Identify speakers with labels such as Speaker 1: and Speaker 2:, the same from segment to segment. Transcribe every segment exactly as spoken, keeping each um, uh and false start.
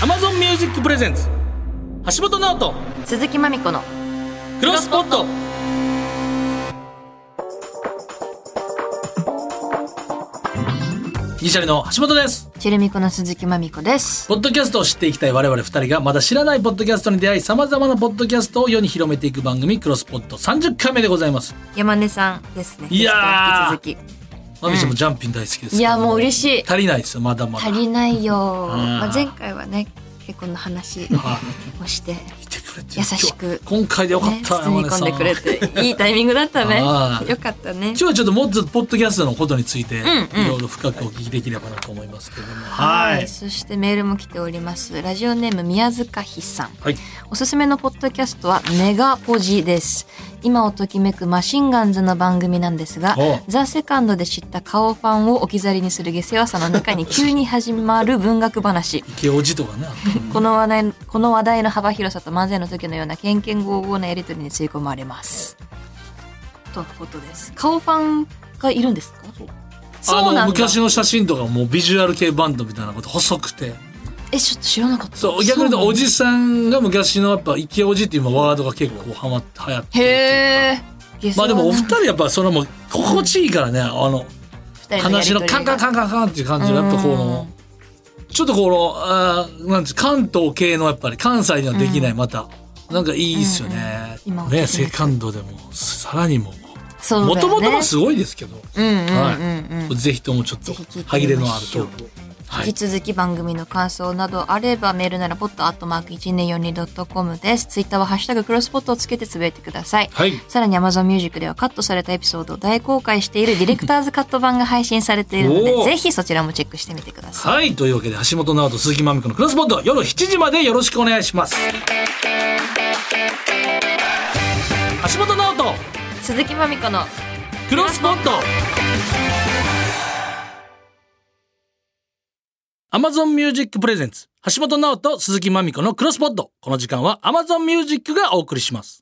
Speaker 1: Amazon Music Presents 橋本直人
Speaker 2: 鈴木まみこの
Speaker 1: クロスポット。ギリシャリの橋本です。
Speaker 2: チルミコの鈴木まみこです。
Speaker 1: ポッドキャストを知っていきたい我々ふたりがまだ知らないポッドキャストに出会い、様々なポッドキャストを世に広めていく番組クロスポットさんじゅっかいめでございます。
Speaker 2: 山根さんですね。
Speaker 1: いやー、
Speaker 2: 引き続き
Speaker 1: まみちゃんもジャンピン大好きですから、ね、
Speaker 2: いやもう嬉しい。
Speaker 1: 足りないですよ、まだまだ
Speaker 2: 足りないよ、まあ、前回はね結婚の話をして優しく
Speaker 1: 今回でよかった、
Speaker 2: ね、包み込んでくれていいタイミングだったね。よかったね。
Speaker 1: 今日はちょっともっとポッドキャストのことについていろいろ深くお聞きできればなと思いますけども、うんうん、
Speaker 2: はい、はい、そしてメールも来ております。ラジオネーム宮塚ひさん、はい、おすすめのポッドキャストはメガポジです。今をときめくマシンガンズの番組なんですが、ザ・セカンドで知った顔ファンを置き去りにする下世話さの中に急に始まる文学話
Speaker 1: 池おじとかね
Speaker 2: この話題、この話題の幅広さと漫才の時のようなけんけんごうごうなやり取りに吸い込まれますとのことです。顔ファンがいるんですか？そう、
Speaker 1: そうなんだ。あの昔の写真とかもうビジュアル系バンドみたいなこと細くて、
Speaker 2: え、ちょっと知らなかった。
Speaker 1: そう逆に言うとおじさんが昔のやっぱイケおじっていうワードが結構ハマって流行ってる。
Speaker 2: へー。
Speaker 1: まあでもお二人やっぱそれも心地いいからね、うん、あの話のカンカンカンカンカンっていう感じがやっぱこのちょっとこのあなんて関東系のやっぱり関西にはできない、うん、またなんかいいですよね、うんうん、ねセカンドでもさらにももともともすごいですけど、うんうんうんうん、はい、ぜひともちょっと歯切れのあるトークを、はい、
Speaker 2: 引き続き番組の感想などあればメールならポットアットマーク いちねんよんにドットコム です。ツイッターはハッシュタグクロスポットをつけてつぶやいてください、はい、さらに Amazon Music ではカットされたエピソードを大公開しているディレクターズカット版が配信されているのでぜひそちらもチェックしてみてください。
Speaker 1: はい、というわけで橋本直人鈴木まみこのクロスポット夜しちじまでよろしくお願いします。橋本直人
Speaker 2: 鈴木まみこの
Speaker 1: クロスポット。Amazon Music Presents 橋本直人鈴木まみこのクロスポット。この時間は Amazon Music がお送りします。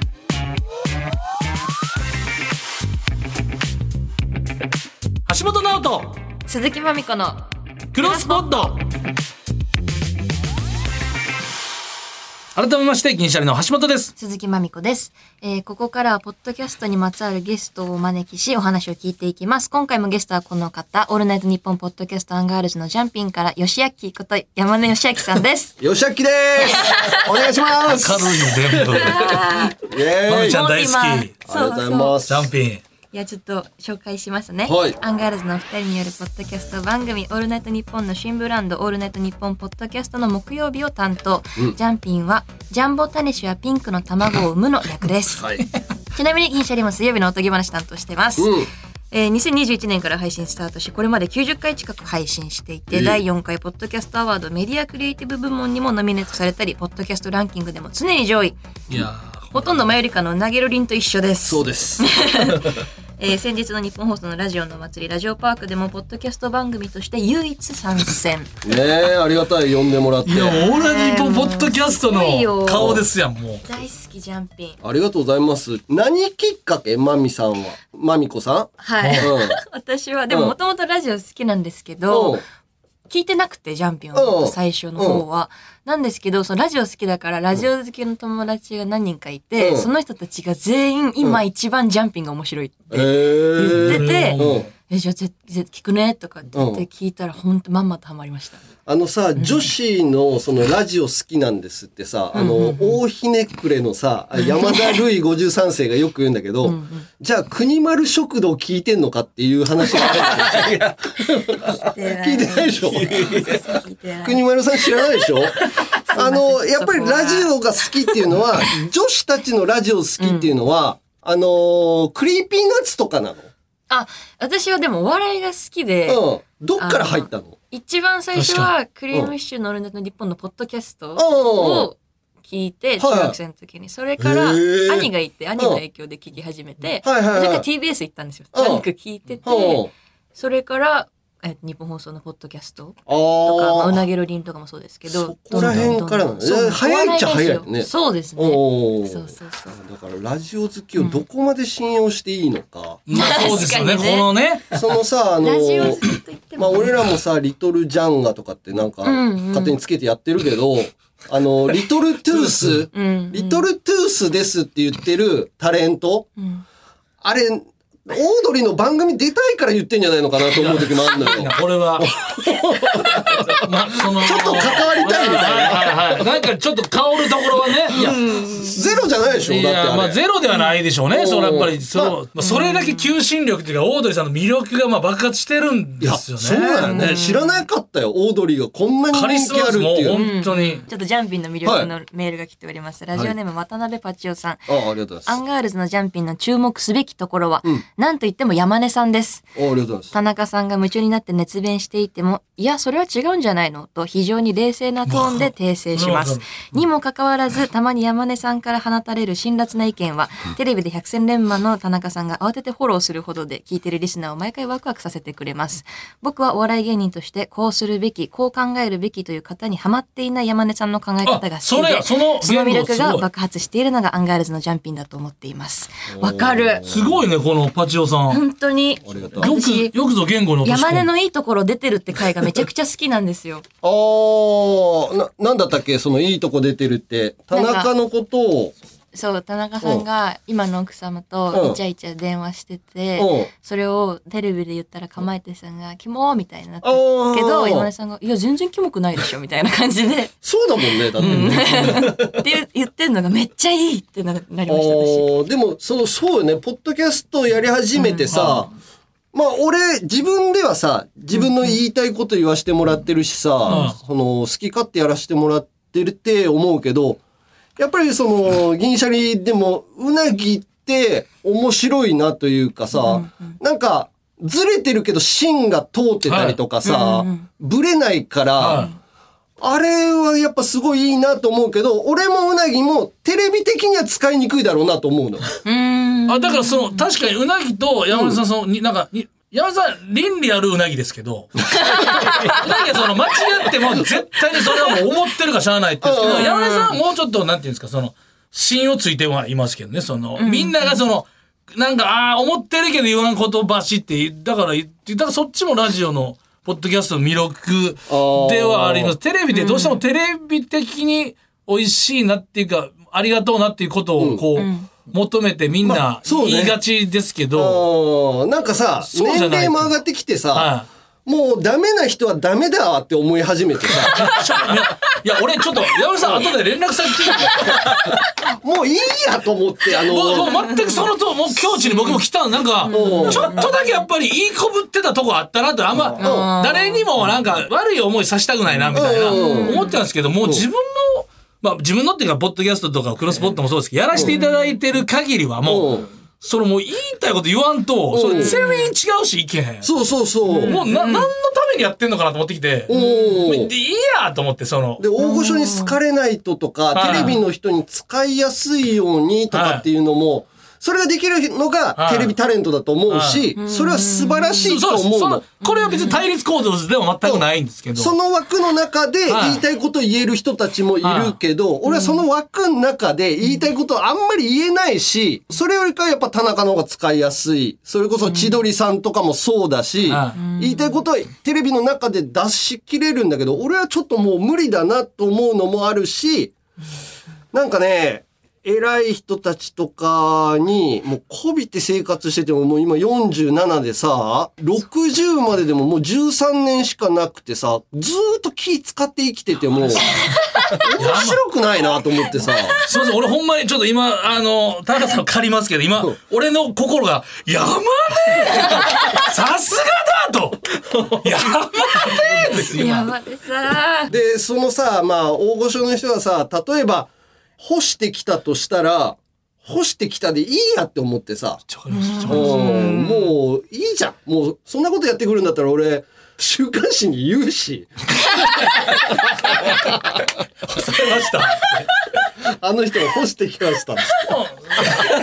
Speaker 1: 橋本直人
Speaker 2: 鈴木まみこの
Speaker 1: クロスポット。改めまして銀シャリの橋本です。
Speaker 2: 鈴木まみこです、えー、ここからはポッドキャストにまつわるゲストをお招きしお話を聞いていきます。今回もゲストはこの方、オールナイトニッポンポッドキャストアンガールズのジャンピンから吉明こと山根義明さんです。
Speaker 3: 吉明ですお願いします。
Speaker 1: 明るい全部まみちゃん大好き。あり
Speaker 3: がとうございます。
Speaker 1: ジャンピン、
Speaker 2: いやちょっと紹介しますね、
Speaker 3: はい、
Speaker 2: アンガールズのお二人によるポッドキャスト番組オールナイトニッポンの新ブランドオールナイトニッポンポッドキャストの木曜日を担当、うん、ジャンピンはジャンボタネシュはピンクの卵を産むの略です、はい、ちなみに銀シャリも水曜日のおとぎ話担当してます、うん、えー、にせんにじゅういちねんから配信スタートしこれまできゅうじゅっかい近く配信していて、えー、だいよんかいポッドキャストアワードメディアクリエイティブ部門にもノミネートされたりポッドキャストランキングでも常に上位。
Speaker 1: いや
Speaker 2: ほとんどマユリカのナゲロリンと一緒です。
Speaker 3: そうです
Speaker 2: えー、先日の日本放送のラジオのお祭りラジオパークでもポッドキャスト番組として唯一参戦ね
Speaker 3: えありがたい呼んでもらって。
Speaker 1: いやオールナイトニッポンポッドキャストの顔ですやん。もう
Speaker 2: 大好きジャンピン
Speaker 3: ありがとうございます。何きっかけまみさんはまみこさん
Speaker 2: はい、うん、私はでももともとラジオ好きなんですけど、うん、聞いてなくてジャンピンは最初の方は、うん、なんですけどそのラジオ好きだからラジオ好きの友達が何人かいて、うん、その人たちが全員今一番ジャンピンが面白いって言ってて、うん、えじゃあぜぜ聞くねとかって言って聞いたら本当まんまとハマりました。
Speaker 3: あのさ、うん、女子のそのラジオ好きなんですってさ、あの大ひねくれのさ山田るいごじゅうさんせいがよく言うんだけど、うんうん、じゃあ国丸食堂聞いてんのかっていう話があるんです聞いてないでしょ国丸さん知らないでしょあのやっぱりラジオが好きっていうのは女子たちのラジオ好きっていうのは、うん、あのクリーピーナッツとかなの。
Speaker 2: あ、私はでもお笑いが好きで、
Speaker 3: うん、どっから入ったの？
Speaker 2: 一番最初はクリームシチューのオールナイトニッポンのポッドキャストを聞いて、中学生の時に。それから兄がいて、兄の影響で聞き始めて、それから ティービーエス 行ったんですよ。チャンク聞いてて、それからえ日本放送のポッドキャスト
Speaker 3: あ
Speaker 2: とか、まあ、う
Speaker 3: あ。
Speaker 2: なげろりんとかもそうですけど、
Speaker 3: そこら辺からなんだね
Speaker 2: そう
Speaker 3: 早いっちゃ早いよね
Speaker 2: そうですね。
Speaker 3: おー
Speaker 2: そうそうそう。
Speaker 3: だからラジオ好きをどこまで信用していいのか。
Speaker 1: まあそうですよね。
Speaker 2: 確かにね
Speaker 1: このね。
Speaker 3: そのさ、あの、
Speaker 2: ラジオ好きと言っても、
Speaker 3: まあ俺らもさ、リトルジャンガとかってなんか、
Speaker 2: うんうん
Speaker 3: 勝手につけてやってるけど、あの、リトルトゥース、
Speaker 2: うんうん
Speaker 3: リトルトゥースですって言ってるタレント、
Speaker 2: うん
Speaker 3: あれ、オードリーの番組出たいから言ってんじゃないのかなと思う時もあるのよ。
Speaker 1: これは。まあその
Speaker 3: ちょっと関わりたいみたいな。
Speaker 1: はいはいはい。なんかちょっと香るところはね。いや。
Speaker 3: ゼロじゃないでしょ
Speaker 1: いや
Speaker 3: だってあれ。
Speaker 1: まあゼロではないでしょうね。
Speaker 3: うん
Speaker 1: それやっぱりそう、まあそれだけ求心力っていうかオードリーさんの魅力がまあ爆発してるん
Speaker 3: いや、
Speaker 1: ですよね。
Speaker 3: そうだよね。知らなかったよ。オードリーがこんなに
Speaker 1: カリス
Speaker 3: 人気あ
Speaker 1: マですもう
Speaker 3: るっていう。
Speaker 1: 本当に。
Speaker 2: ちょっとジャンピンの魅力のメールが来ております。ラジオネーム渡辺パチオさん。
Speaker 3: ああ、ありがとうございます。
Speaker 2: アンガールズのジャンピンの注目すべきところは、
Speaker 3: うん
Speaker 2: なんといっても山根さんです。
Speaker 3: あありがとうございます。
Speaker 2: 田中さんが夢中になって熱弁していても、いや、それは違うんじゃないのと非常に冷静なトーンで訂正します。にもかかわらず、たまに山根さんから放たれる辛辣な意見は、テレビで百戦錬磨の田中さんが慌ててフォローするほどで、聞いてるリスナーを毎回ワクワクさせてくれます。僕はお笑い芸人として、こうするべき、こう考えるべきという方にハマっていない山根さんの考え方が
Speaker 1: あそ
Speaker 2: 好きで、
Speaker 1: れその
Speaker 2: その魅力が
Speaker 1: すごい
Speaker 2: 爆発しているのがアンガールズのジャンピンだと思っています。わかる。
Speaker 1: すごいねこのパチオさん。
Speaker 2: 本当に。
Speaker 3: ありがとう。
Speaker 1: よく
Speaker 2: 私
Speaker 1: よくぞ言語に落とし込む。
Speaker 2: 山根のいいところ出てるって回がめちゃくちゃ好きなんですよ。
Speaker 3: あー、な、なんだったっけそのいいとこ出てるって。田中のことを、
Speaker 2: そう、田中さんが今の奥様
Speaker 3: うん
Speaker 2: とイチャイチャ電話してて
Speaker 3: うん、
Speaker 2: それをテレビで言ったらかまえてさんがキモーみたいになって
Speaker 3: あー
Speaker 2: けど、山根さんが、いや全然キモくないでしょみたいな感じで、
Speaker 3: そうだもんね、だってね。
Speaker 2: って言言ってんのがめっちゃいいってななりました、私。
Speaker 3: あーでも、そう、そうよね。ポッドキャストやり始めてさ、まあ俺、自分ではさ、自分の言いたいこと言わしてもらってるしさ、その、好き勝手やらしてもらってるって思うけど、やっぱりその、銀シャリでも、うなぎって面白いなというかさ、なんか、ずれてるけど芯が通ってたりとかさ、ぶれないから、
Speaker 1: はい
Speaker 3: あれはやっぱすごいいいなと思うけど、俺もうなぎもテレビ的には使いにくいだろうなと思うの。
Speaker 2: うーん。
Speaker 1: あだからその確かにうなぎと山根さんその、になんかに山根さん倫理あるうなぎですけどうなぎはその間違っても絶対にそれはもう思ってるかしゃあないって言うんですけど山根さんはもうちょっとなんていうんですかその芯をついてはいますけどねその、みんながそのなんかああ思ってるけど言わん言葉しってだからだからそっちもラジオのポッドキャストの魅力ではあります。テレビでどうしてもテレビ的に美味しいなっていうか、ありがとうなっていうことをこう、求めてみん
Speaker 3: ま
Speaker 1: な
Speaker 3: あそうね
Speaker 1: 言いがちですけど、
Speaker 3: あーなんかさ、
Speaker 1: そうじゃない
Speaker 3: 年齢も上がってきてさ、
Speaker 1: は
Speaker 3: もうダメな人はダメだわって思い始めてさ、
Speaker 1: ちょいやいや俺ちょっと山根さん後で連絡先聞いて
Speaker 3: もういいやと思って、あの
Speaker 1: もうもう全くそのともう境地に僕も来たのなんか
Speaker 3: うん
Speaker 1: ちょっとだけやっぱりいいこぶってたとこあったなとあんま誰にもなんか悪い思いさせたくないなみたいな
Speaker 3: うん
Speaker 1: 思ってたんですけどもう自分のまあ自分のっていうかポッドキャストとかクロスポットもそうですけどやらせていただいてる限りはも
Speaker 3: う
Speaker 1: うんそのもう言いたいこと言わんとそれ全員違うし意見
Speaker 3: そうそうそう。
Speaker 1: もうな何のためにやってんのかなと思ってきて
Speaker 3: お
Speaker 1: もう
Speaker 3: ー
Speaker 1: でいいやと思ってその
Speaker 3: で、大御所に好かれないととか、
Speaker 1: はい
Speaker 3: テレビの人に使いやすいようにとかっていうのも、それができるのが
Speaker 1: はい
Speaker 3: テレビタレントだと思うし、それは素晴らしいと
Speaker 1: そうですその
Speaker 3: 思うの。
Speaker 1: これは別に対立構造では全くないんですけど
Speaker 3: その枠の中で言いたいことを言える人たちもいるけど、俺はその枠の中で言いたいことをあんまり言えないし、それよりかはやっぱ田中の方が使いやすい。それこそ千鳥さんとかもそうだし、
Speaker 1: は
Speaker 3: 言いたいことはテレビの中で出し切れるんだけど、俺はちょっともう無理だなと思うのもあるし、なんかね、偉い人たちとかに、もうこびて生活してても、もう今よんじゅうななでさ、ろくじゅうまででももうじゅうさんねんしかなくてさ、ずーっと気使って生きてても、面白くないなと思ってさ。
Speaker 1: すいません俺ほんまにちょっと今あの田中さん借りますけど今
Speaker 3: うん
Speaker 1: 俺の心が「山根!」さすがだと「山根!」ですよ
Speaker 2: 山根さん。
Speaker 3: で、そのさ、まあ、大御所の人がさ、例えば、干してきたとしたら、干してきたでいいやって思ってさ、
Speaker 1: ちょわかりました
Speaker 3: うんもういいじゃん。もう、そんなことやってくるんだったら俺、週刊誌に言うし、
Speaker 1: 忘れました
Speaker 3: あの人が干してきました。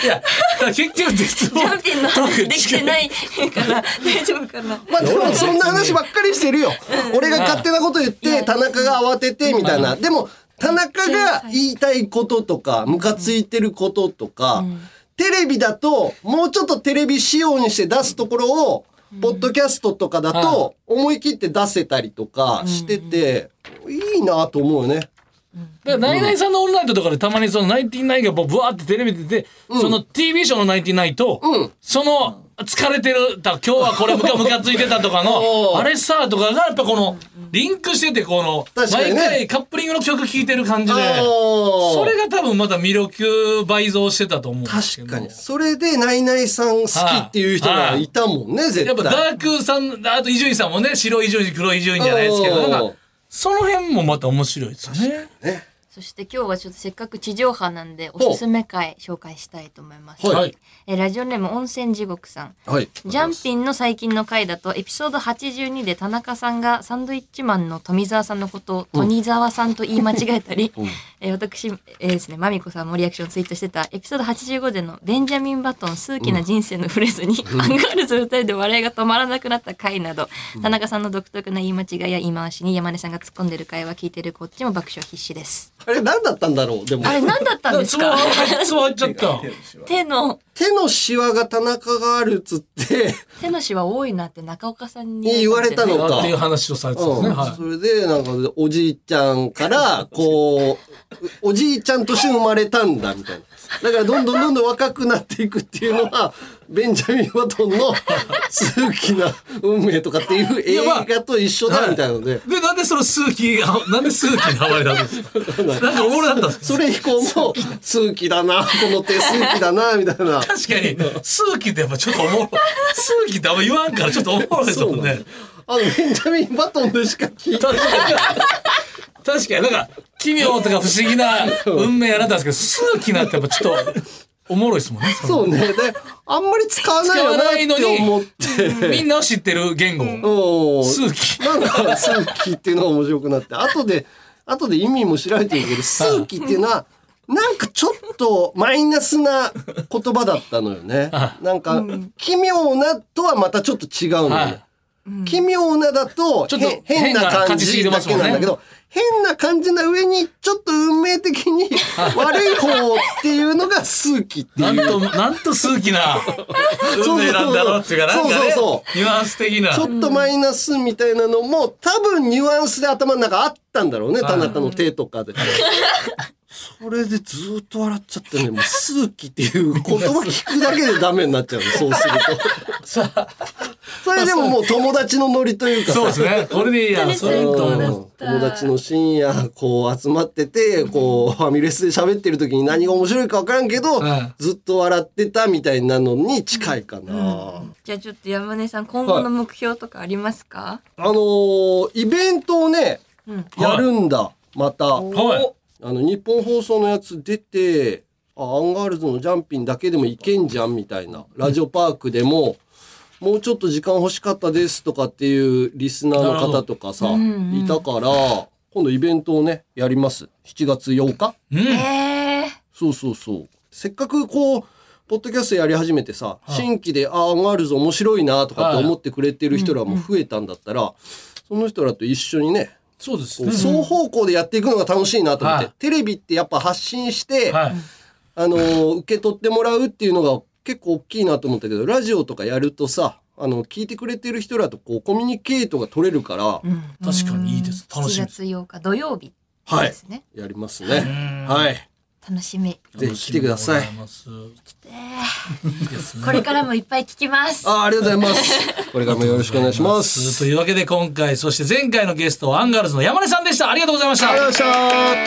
Speaker 1: いや結局絶望
Speaker 2: ジャンピンの話できてないから大丈夫かな。
Speaker 3: まあでもそんな話ばっかりしてるよ。俺が勝手なこと言って田中が慌ててみたいな。でも田中が言いたいこととかムカついてることとか、テレビだともうちょっとテレビ仕様にして出すところをポッドキャストとかだと思い切って出せたりとかしてていいなと思うよね。
Speaker 1: だからナイナイさんのオールナイトとかでたまにそのナインティナインがブワーってテレビで出て、うん、その ティービー ショーのナインティナインと、うん、その疲れてるだ今日はこれムカムカついてたとかのあれさとかがやっぱこのリンクしててこの毎回カップリングの曲聴いてる感じでそれが多分また魅力倍増してたと思うんですけど。
Speaker 3: 確かにそれでナイナイさん好きっていう人がいたもんね。絶対
Speaker 1: やっぱダークさんあと伊集院さんもね白伊集院黒伊集院じゃないですけどなんかその辺もまた面白いですよね。ね
Speaker 2: そして今日はちょっとせっかく地上波なんでおすすめ回紹介したいと思います。
Speaker 1: はい、
Speaker 2: えラジオネーム温泉地獄さん、
Speaker 3: はい、
Speaker 2: ジャンピンの最近の回だとエピソードはちじゅうにで田中さんがサンドイッチマンの富澤さんのことを富澤さんと言い間違えたり、うんえ私、えー、ですねまみこさんもリアクションツイートしてたエピソードはちじゅうごでのベンジャミン・バトン数奇な人生のフレーズに、うん、アンガールズふたりで笑いが止まらなくなった回など、うん、田中さんの独特な言い間違いや言い回しに山根さんが突っ込んでる回は聞いてるこっちも爆笑必至です。
Speaker 3: あれ何だったんだろう。でも
Speaker 2: あれ何だったんですか。
Speaker 1: つまっちゃった
Speaker 2: 手の
Speaker 3: 手のシワが田中があるっつって
Speaker 2: 手のシワ多いなって中岡さんに
Speaker 3: 言われたのか
Speaker 1: っていう話をされてたんですね、うんはい、
Speaker 3: それでなんかおじいちゃんからこうおじいちゃんとして生まれたんだみたいな。だからどんどんどんどん若くなっていくっていうのはベンジャミン・バトンの数奇な運命とかっていう映画と一緒だみたいなので、
Speaker 1: でなんでその数奇なんで数奇にハマりたんですか。なんかおもろだったんですか。
Speaker 3: それ以降も数奇だなこの手数奇だなみたいな。
Speaker 1: 確かに数奇ってやっぱちょっとおもろい数奇ってあんま言わんからちょっとおもろいですもんね。
Speaker 3: あのベンジャミン・バトンでしか聞いてない。
Speaker 1: 確かになんか奇妙とか不思議な運命やらったんですけど数奇なってやっぱちょっとおもろいですもんね。
Speaker 3: そうね。であんまり使わないよなって思って
Speaker 1: みんな知ってる言語数奇
Speaker 3: なんか数奇っていうのが面白くなって後で後で意味も調べてるけど数奇っていうのはなんかちょっとマイナスな言葉だったのよね。なんか奇妙なとはまたちょっと違うのよね。奇妙なだと
Speaker 1: ちょっと
Speaker 3: 変な感じだけなんだけど、変な感じな上にちょっと運命的に悪い方っていうのが数奇っていう。
Speaker 1: なんとなんと数奇な運命なんだろうっていうかなんかね、そうそうそうニュアンス的な
Speaker 3: ちょっとマイナスみたいなのも多分ニュアンスで頭の中あったんだろうね、田中の手とかで。それでずっと笑っちゃってね、もう数奇っていう言葉聞くだけでダメになっちゃうの、そうすると。さあそれでももう友達のノリというかさ。
Speaker 1: そうですね。これでいいや。それ
Speaker 3: 友達の深夜こう集まってて、こうファミレスで喋ってる時に何が面白いか分からんけど、うん、ずっと笑ってたみたいなのに近いかな。うん
Speaker 2: うん、じゃあちょっと山根さん今後の目標とかありますか？はい、
Speaker 3: あのー、イベントをね、うん、やるんだ、また。はい。あの日本放送のやつ出て、あアンガールズのジャンピンだけでもいけんじゃんみたいな。ラジオパークでももうちょっと時間欲しかったですとかっていうリスナーの方とかさ、うんうん、いたから今度イベントをねやります。しちがつようか、
Speaker 2: うん、へー
Speaker 3: そうそうそう。せっかくこうポッドキャストやり始めてさ、はい、新規であアンガールズ面白いなとかって思ってくれてる人らも増えたんだったら、はい、その人らと一緒にね、
Speaker 1: そうですね、
Speaker 3: 双方向でやっていくのが楽しいなと思って、はい、テレビってやっぱ発信して、はい、あのー、受け取ってもらうっていうのが結構大きいなと思ったけど、ラジオとかやるとさ、あの聞いてくれてる人らとこうコミュニケートが取れるから、うん、
Speaker 1: 確かにいいです。楽しみ。
Speaker 2: しちがつようか土曜日ですね。
Speaker 3: はい、やりますね。はい。
Speaker 2: 楽しみ。
Speaker 3: ぜひ来てください。
Speaker 2: 来てこれからもいっぱい聞きます。
Speaker 3: あ、ありがとうございます。これからもよろしくお願いします。
Speaker 1: というわけで今回、そして前回のゲストはアンガールズの山根さんでした。ありがとうございました。
Speaker 3: ありがとうござい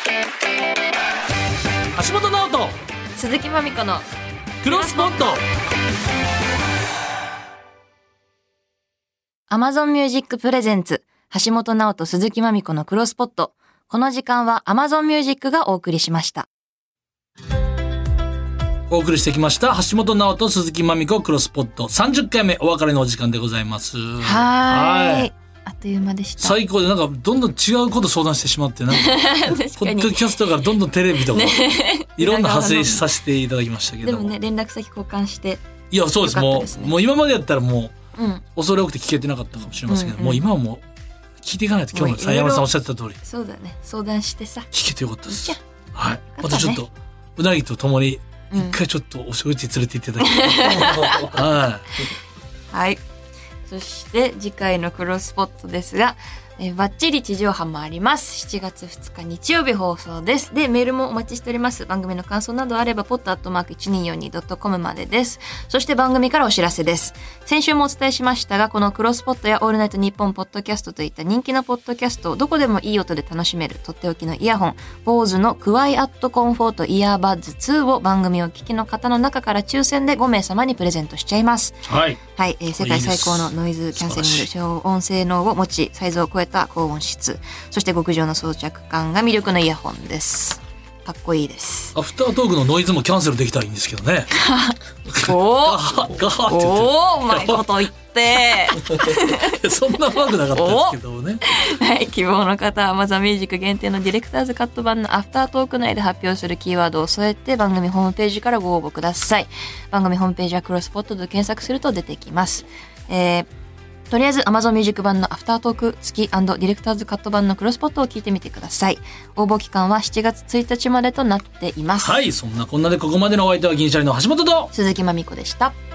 Speaker 1: ました。橋本直人、
Speaker 2: 鈴木まみこの
Speaker 1: クロスポット。
Speaker 2: Amazon Music Presents 橋本直人鈴木まみこのクロスポット。この時間は Amazon Music がお送りしました。
Speaker 1: お送りしてきました橋本直人鈴木まみこクロスポットさんじゅっかいめお別れのお時間でございます。
Speaker 2: はい。 あっという間でした。
Speaker 1: 最高で、なんかどんどん違うこと相談してしまって、なんかポッドキャストからどんどんテレビとか、ね、いろんな派生させていただきましたけど。
Speaker 2: でもね連絡先交換して。
Speaker 1: いやそうです、もうもう今までやったらもう、うん、恐れ多くて聞けてなかったかもしれませんけど、うんうん、もう今はもう聞いていかないと。今日の山田さんおっしゃってた通り。
Speaker 2: そうだね、相談してさ。
Speaker 1: 聞けてよかったです。はい。またちょっとうなぎとともに一回ちょっとお食事連れて行っていただきたい。はい。
Speaker 2: はい。そして次回のクロスポットですが、えー、バッチリ地上波もあります。しちがつふつか日曜日放送です。で、メールもお待ちしております。番組の感想などあれば、ポットアットマーク いちにーよんにードットコム までです。そして番組からお知らせです。先週もお伝えしましたが、このクロスポットやオールナイトニッポンポッドキャストといった人気のポッドキャストをどこでもいい音で楽しめるとっておきのイヤホン、ボーズのクワイアットコンフォートイヤーバッズツーを番組を聞きの方の中から抽選でごめいさまにプレゼントしちゃいます。
Speaker 1: はい。
Speaker 2: はい、えー、世界最高のノイズキャンセリング消音性能を持ち、サイズを超えた高音質、そして極上の装着感が魅力のイヤホンです。かっこいいです。
Speaker 1: アフタートークのノイズもキャンセルできたらいいんですけどね。
Speaker 2: お
Speaker 1: ー
Speaker 2: おー、うまいこと言って
Speaker 1: そんなうまくなかったですけどね。
Speaker 2: はい、希望の方は Amazon Music 限定のディレクターズカット版のアフタートーク内で発表するキーワードを添えて番組ホームページからご応募ください。番組ホームページはクロスポットと検索すると出てきます。えーとりあえず Amazon Music 版のアフタートーク付き&ディレクターズカット版のクロスポットを聞いてみてください。応募期間はしちがつついたちまでとなっています。
Speaker 1: はい、そんなこんなでここまでのお相手は銀シャリの橋本と
Speaker 2: 鈴木まみこでした。